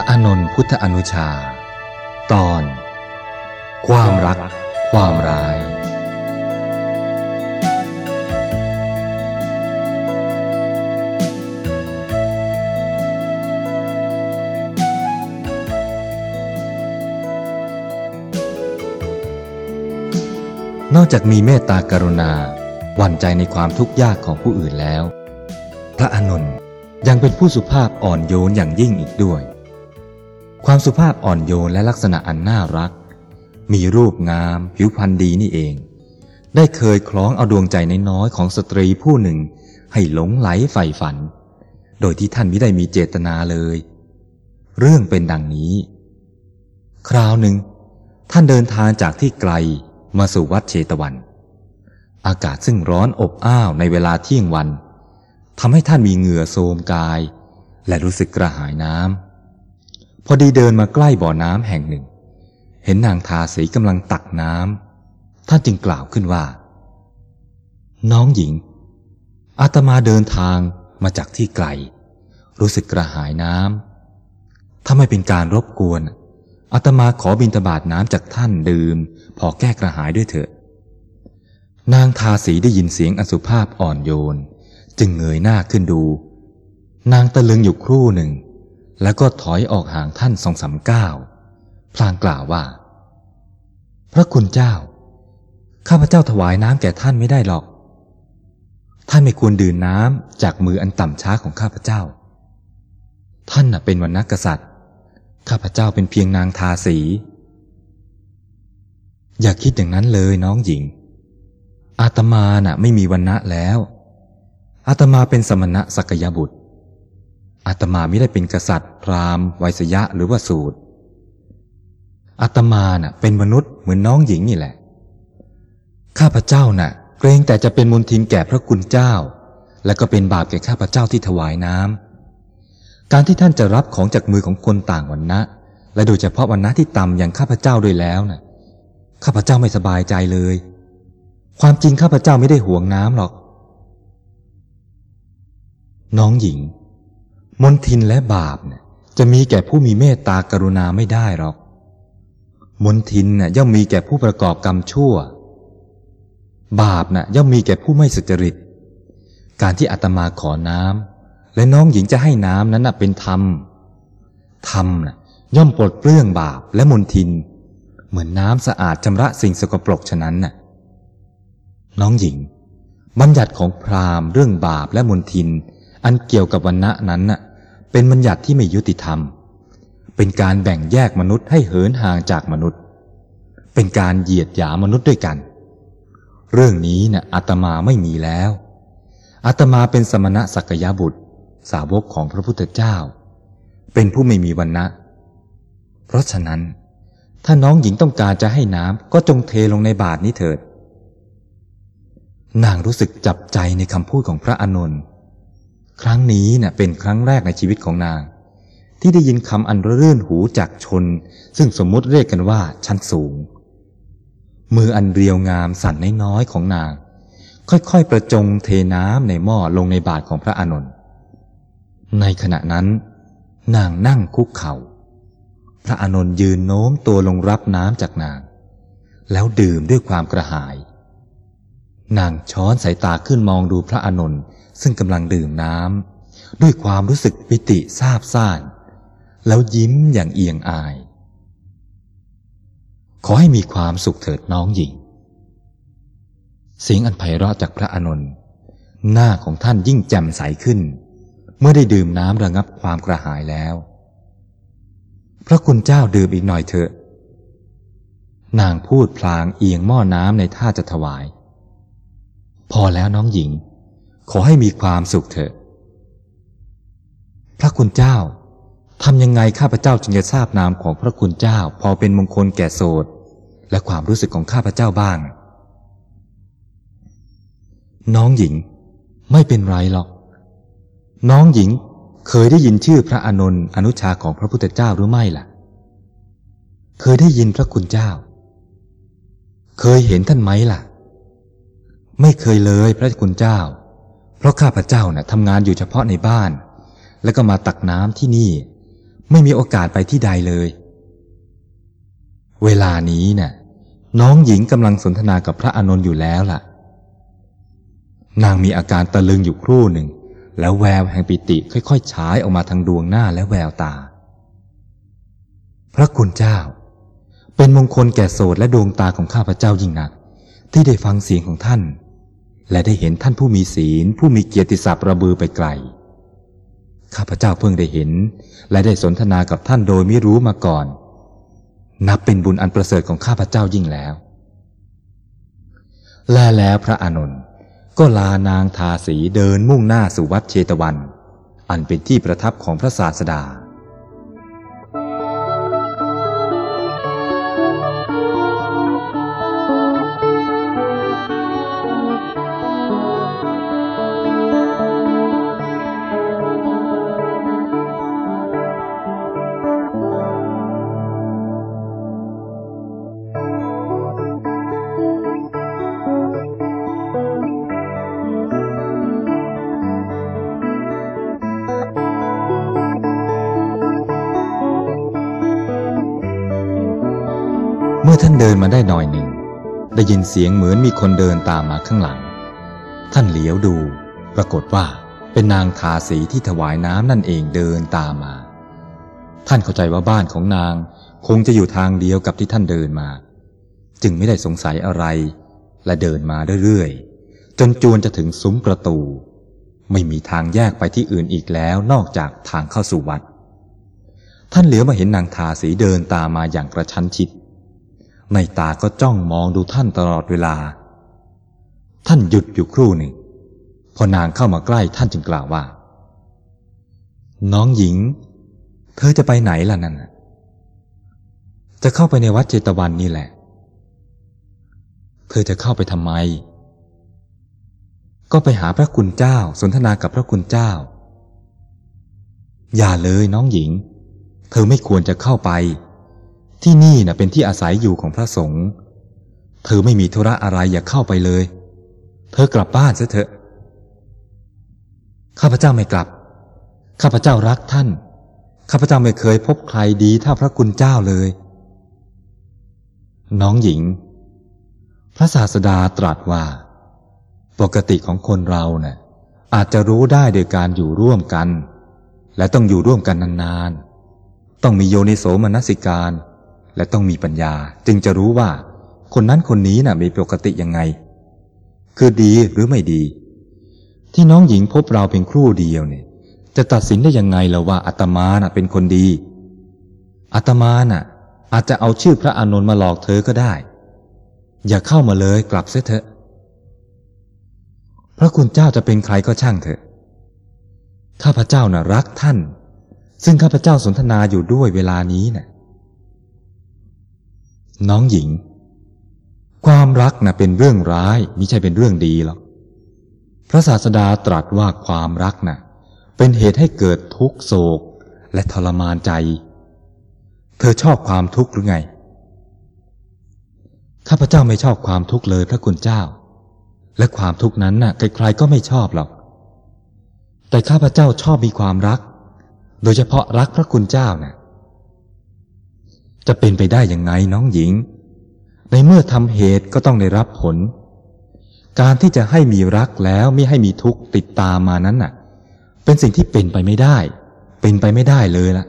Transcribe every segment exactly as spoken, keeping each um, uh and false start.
ระอานนท์พุทธอนุชาตอนความรักความร้ายนอกจากมีเมตตากรุณาหวั่นใจในความทุกข์ยากของผู้อื่นแล้วพระอานนท์ยังเป็นผู้สุภาพอ่อนโยนอย่างยิ่งอีกด้วยความสุภาพอ่อนโยนและลักษณะอันน่ารักมีรูปงามผิวพรรณดีนี่เองได้เคยคล้องเอาดวงใจน้อยๆของสตรีผู้หนึ่งให้หลงไหลใฝ่ฝันโดยที่ท่านมิได้มีเจตนาเลยเรื่องเป็นดังนี้คราวหนึ่งท่านเดินทางจากที่ไกลมาสู่วัดเชตวันอากาศซึ่งร้อนอบอ้าวในเวลาเที่ยงวันทำให้ท่านมีเหงื่อโทรมกายและรู้สึกกระหายน้ำพอดีเดินมาใกล้บ่อน้ำแห่งหนึ่งเห็นนางทาสีกำลังตักน้ำท่านจึงกล่าวขึ้นว่าน้องหญิงอาตมาเดินทางมาจากที่ไกลรู้สึกกระหายน้ำถ้าไม่เป็นการรบกวนอาตมาขอบิณฑบาตน้ำจากท่านดื่มพอแก้กระหายด้วยเถิดนางทาสีได้ยินเสียงอสุภาพอ่อนโยนจึงเงยหน้าขึ้นดูนางตะลึงอยู่ครู่หนึ่งแล้วก็ถอยออกห่างท่านสองสามก้าวพลางกล่าวว่าพระคุณเจ้าข้าพเจ้าถวายน้ำแก่ท่านไม่ได้หรอกท่านไม่ควรดื่มน้ำจากมืออันต่ำช้าของข้าพเจ้าท่านน่ะเป็นวรรณกษัตริย์ข้าพเจ้าเป็นเพียงนางทาสีอย่าคิดอย่างนั้นเลยน้องหญิงอาตมาน่ะไม่มีวรรณะแล้วอาตมาเป็นสมณะสักยบุตรอาตมาไม่ได้เป็นกษัตริย์พราหมณ์ไวยสยะหรือว่าสูตรอาตมาน่ะเป็นมนุษย์เหมือนน้องหญิงนี่แหละข้าพเจ้าน่ะเกรงแต่จะเป็นมลทินแก่พระคุณเจ้าและก็เป็นบาปแก่ข้าพเจ้าที่ถวายน้ำการที่ท่านจะรับของจากมือของคนต่างวรรณะและโดยเฉพาะวรรณะที่ต่ำอย่างข้าพเจ้าด้วยแล้วน่ะข้าพเจ้าไม่สบายใจเลยความจริงข้าพเจ้าไม่ได้หวงน้ำหรอกน้องหญิงมลทินและบาปเนี่ยจะมีแก่ผู้มีเมตตากรุณาไม่ได้หรอกมลทินน่ะย่อมมีแก่ผู้ประกอบกรรมชั่วบาปน่ะย่อมมีแก่ผู้ไม่สุจริตการที่อาตมาขอน้ำและน้องหญิงจะให้น้ำนั้นน่ะเป็นธรรมธรรมน่ะย่อมปลดเปลื้องบาปและมลทินเหมือนน้ำสะอาดชำระสิ่งสกปรกฉะนั้นน่ะน้องหญิงบัญญัติของพราหมณ์เรื่องบาปและมลทินอันเกี่ยวกับวรรณะนั้นน่ะเป็นบัญญัติที่ไม่ยุติธรรมเป็นการแบ่งแยกมนุษย์ให้เหินห่างจากมนุษย์เป็นการเหยียดหยามมนุษย์ด้วยกันเรื่องนี้น่ะอาตมาไม่มีแล้วอาตมาเป็นสมณะสักยบุตรสาวกของพระพุทธเจ้าเป็นผู้ไม่มีวรรณะเพราะฉะนั้นถ้าน้องหญิงต้องการจะให้น้ำก็จงเทลงในบาตรนี้เถิดนางรู้สึกจับใจในคำพูดของพระอานนท์ครั้งนี้เน่ะเป็นครั้งแรกในชีวิตของนางที่ได้ยินคำอันรื่นหูจากชนซึ่งสมมุติเรียกกันว่าชั้นสูงมืออันเรียวงามสั่นน้อยๆของนางค่อยๆประจงเทน้ำในหม้อลงในบาตรของพระอานนท์ในขณะนั้นนางนั่งคุกเข่าพระอานนท์ยืนโน้มตัวลงรับน้ำจากนางแล้วดื่มด้วยความกระหายนางช้อนสายตาขึ้นมองดูพระอานนท์ซึ่งกำลังดื่มน้ำด้วยความรู้สึกปิติซาบซ่านแล้วยิ้มอย่างเอียงอายขอให้มีความสุขเถิดน้องหญิงเสียงอันไพเราะจากพระอานนท์หน้าของท่านยิ่งแจ่มใสขึ้นเมื่อได้ดื่มน้ำระงับความกระหายแล้วพระคุณเจ้าดื่มอีกหน่อยเถอะนางพูดพลางเอียงหม้อน้ำในท่าจะถวายพอแล้วน้องหญิงขอให้มีความสุขเถอะพระคุณเจ้าทำยังไงข้าพเจ้าจึงจะทราบนามของพระคุณเจ้าพอเป็นมงคลแก่โสดและความรู้สึกของข้าพเจ้าบ้างน้องหญิงไม่เป็นไรหรอกน้องหญิงเคยได้ยินชื่อพระอานนท์อนุชาของพระพุทธเจ้าหรือไม่ล่ะเคยได้ยินพระคุณเจ้าเคยเห็นท่านไหมล่ะไม่เคยเลยพระคุณเจ้าเพราะข้าพเจ้าน่ะทำงานอยู่เฉพาะในบ้านแล้วก็มาตักน้ำที่นี่ไม่มีโอกาสไปที่ใดเลยเวลานี้น่ะน้องหญิงกำลังสนทนากับพระอานนท์อยู่แล้วล่ะนางมีอาการตะลึงอยู่ครู่หนึ่งแล้วแววแห่งปิติค่อยๆฉายออกมาทางดวงหน้าและแววตาพระคุณเจ้าเป็นมงคลแก่โสตและดวงตาของข้าพเจ้ายิ่งนักที่ได้ฟังเสียงของท่านและได้เห็นท่านผู้มีศีลผู้มีเกียรติศัพท์ระบือไปไกลข้าพเจ้าเพิ่งได้เห็นและได้สนทนากับท่านโดยไม่รู้มาก่อนนับเป็นบุญอันประเสริฐของข้าพเจ้ายิ่งแล้วและแล้วพระอานนท์ก็ลานางทาสีเดินมุ่งหน้าสู่วัดเชตวันอันเป็นที่ประทับของพระศาสดาเมื่อท่านเดินมาได้หน่อยหนึ่งได้ยินเสียงเหมือนมีคนเดินตามมาข้างหลังท่านเหลียวดูปรากฏว่าเป็นนางทาสีที่ถวายน้ำนั่นเองเดินตามมาท่านเข้าใจว่าบ้านของนางคงจะอยู่ทางเดียวกับที่ท่านเดินมาจึงไม่ได้สงสัยอะไรและเดินมาเรื่อยๆจนจวนจะถึงซุ้มประตูไม่มีทางแยกไปที่อื่นอีกแล้วนอกจากทางเข้าสู่วัดท่านเหลียวมาเห็นนางทาสีเดินตามมาอย่างกระชั้นชิดในตาก็จ้องมองดูท่านตลอดเวลาท่านหยุดอยู่ครู่หนึ่งพอนางเข้ามาใกล้ท่านจึงกล่าวว่าน้องหญิงเธอจะไปไหนล่ะนั่นจะเข้าไปในวัดเจตวันนี่แหละเธอจะเข้าไปทำไมก็ไปหาพระคุณเจ้าสนทนากับพระคุณเจ้าอย่าเลยน้องหญิงเธอไม่ควรจะเข้าไปที่นี่น่ะเป็นที่อาศัยอยู่ของพระสงฆ์เธอไม่มีธุระอะไรอย่าเข้าไปเลยเธอกลับบ้านซะเถอะข้าพเจ้าไม่กลับข้าพเจ้ารักท่านข้าพเจ้าไม่เคยพบใครดีเท่าพระคุณเจ้าเลยน้องหญิงพระศาสดาตรัสว่าปกติของคนเราน่ะอาจจะรู้ได้โดยการอยู่ร่วมกันและต้องอยู่ร่วมกันนานๆต้องมีโยนิโสมนสิการและต้องมีปัญญาจึงจะรู้ว่าคนนั้นคนนี้น่ะมีปกติยังไงคือดีหรือไม่ดีที่น้องหญิงพบเราเป็นครู่เดียวเนี่ยจะตัดสินได้ยังไงล่ะว่าอาตมาน่ะเป็นคนดีอาตมาน่ะอาจจะเอาชื่อพระอานนท์มาหลอกเธอก็ได้อย่าเข้ามาเลยกลับเสียเถอะพระคุณเจ้าจะเป็นใครก็ช่างเถอะข้าพเจ้าน่ะรักท่านซึ่งข้าพเจ้าสนทนาอยู่ด้วยเวลานี้น่ะน้องหญิงความรักน่ะเป็นเรื่องร้ายมิใช่เป็นเรื่องดีหรอกพระศาสดาตรัสว่าความรักน่ะเป็นเหตุให้เกิดทุกข์โศกและทรมานใจเธอชอบความทุกข์หรือไงข้าพเจ้าไม่ชอบความทุกข์เลยพระคุณเจ้าและความทุกข์นั้นน่ะใครๆก็ไม่ชอบหรอกแต่ข้าพเจ้าชอบมีความรักโดยเฉพาะรักพระคุณเจ้าน่ะจะเป็นไปได้ยังไงน้องหญิงในเมื่อทำเหตุก็ต้องได้รับผลการที่จะให้มีรักแล้วไม่ให้มีทุกข์ติดตามมานั้นน่ะเป็นสิ่งที่เป็นไปไม่ได้เป็นไปไม่ได้เลยล่ะ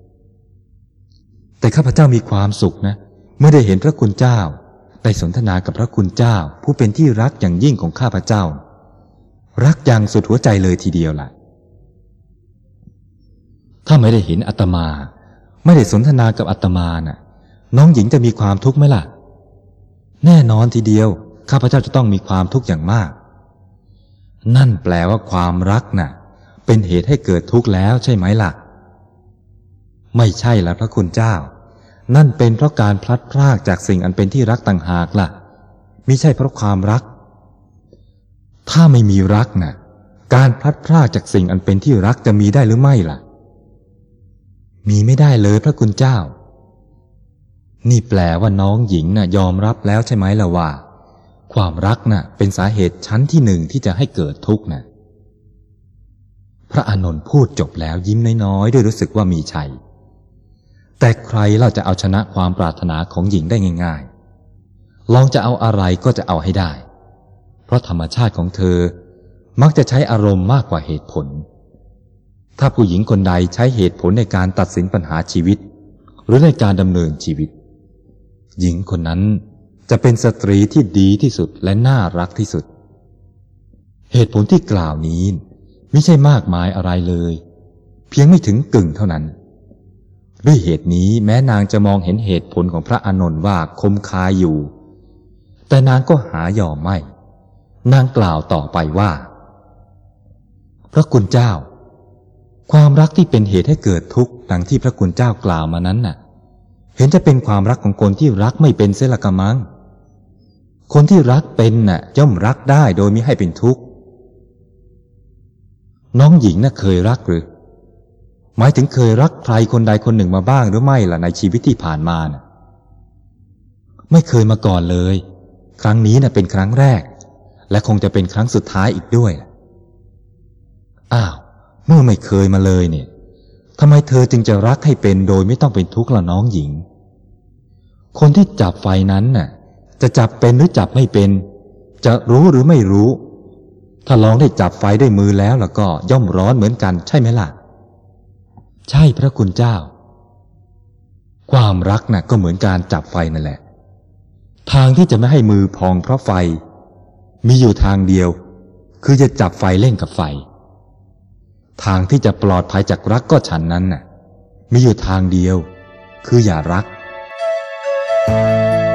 แต่ข้าพเจ้ามีความสุขนะเมื่อได้เห็นพระคุณเจ้าได้สนทนากับพระคุณเจ้าผู้เป็นที่รักอย่างยิ่งของข้าพเจ้ารักอย่างสุดหัวใจเลยทีเดียวล่ะถ้าไม่ได้เห็นอาตมาไม่ได้สนทนากับอาตมาน่ะน้องหญิงจะมีความทุกข์ไหมล่ะแน่นอนทีเดียวข้าพเจ้าจะต้องมีความทุกข์อย่างมากนั่นแปลว่าความรักน่ะเป็นเหตุให้เกิดทุกข์แล้วใช่ไหมล่ะไม่ใช่ล่ะพระคุณเจ้านั่นเป็นเพราะการพลัดพรากจากสิ่งอันเป็นที่รักต่างหากล่ะมิใช่เพราะความรักถ้าไม่มีรักน่ะการพลัดพรากจากสิ่งอันเป็นที่รักจะมีได้หรือไม่ล่ะมีไม่ได้เลยพระคุณเจ้านี่แปลว่าน้องหญิงน่ะยอมรับแล้วใช่ไหมล่ะว่าความรักน่ะเป็นสาเหตุชั้นที่หนึ่งที่จะให้เกิดทุกข์น่ะพระอานนท์พูดจบแล้วยิ้มน้อยๆด้วยรู้สึกว่ามีชัยแต่ใครเราจะเอาชนะความปรารถนาของหญิงได้ง่ายๆลองจะเอาอะไรก็จะเอาให้ได้เพราะธรรมชาติของเธอมักจะใช้อารมณ์มากกว่าเหตุผลถ้าผู้หญิงคนใดใช้เหตุผลในการตัดสินปัญหาชีวิตหรือในการดำเนินชีวิตหญิงคนนั้นจะเป็นสตรีที่ดีที่สุดและน่ารักที่สุดเหตุผลที่กล่าวนี้ไม่ใช่มากมายอะไรเลยเพียงไม่ถึงกึ่งเท่านั้นด้วยเหตุนี้แม้นางจะมองเห็นเหตุผลของพระอานนท์ว่าคมคายอยู่แต่นางก็หายอมไม่นางกล่าวต่อไปว่าพระคุณเจ้าความรักที่เป็นเหตุให้เกิดทุกข์ดังที่พระคุณเจ้ากล่าวมานั้นน่ะเห็นจะเป็นความรักของคนที่รักไม่เป็นเสียละกะมังคนที่รักเป็นน่ะย่อมรักได้โดยมิให้เป็นทุกข์น้องหญิงน่ะเคยรักหรือหมายถึงเคยรักใครคนใดคนหนึ่งมาบ้างหรือไม่ล่ะในชีวิตที่ผ่านมาน่ะไม่เคยมาก่อนเลยครั้งนี้น่ะเป็นครั้งแรกและคงจะเป็นครั้งสุดท้ายอีกด้วยอ้าวเมื่อไม่เคยมาเลยเนี่ยทำไมเธอจึงจะรักให้เป็นโดยไม่ต้องเป็นทุกข์ล่ะน้องหญิงคนที่จับไฟนั้นน่ะจะจับเป็นหรือจับไม่เป็นจะรู้หรือไม่รู้ถ้าลองได้จับไฟด้วยมือแล้วล่ะก็ย่อมร้อนเหมือนกันใช่ไหมล่ะใช่พระคุณเจ้าความรักน่ะก็เหมือนการจับไฟนั่นแหละทางที่จะไม่ให้มือพองเพราะไฟมีอยู่ทางเดียวคือจะจับไฟเล่นกับไฟทางที่จะปลอดภัยจากรักก็ฉันนั้นน่ะมีอยู่ทางเดียวคืออย่ารัก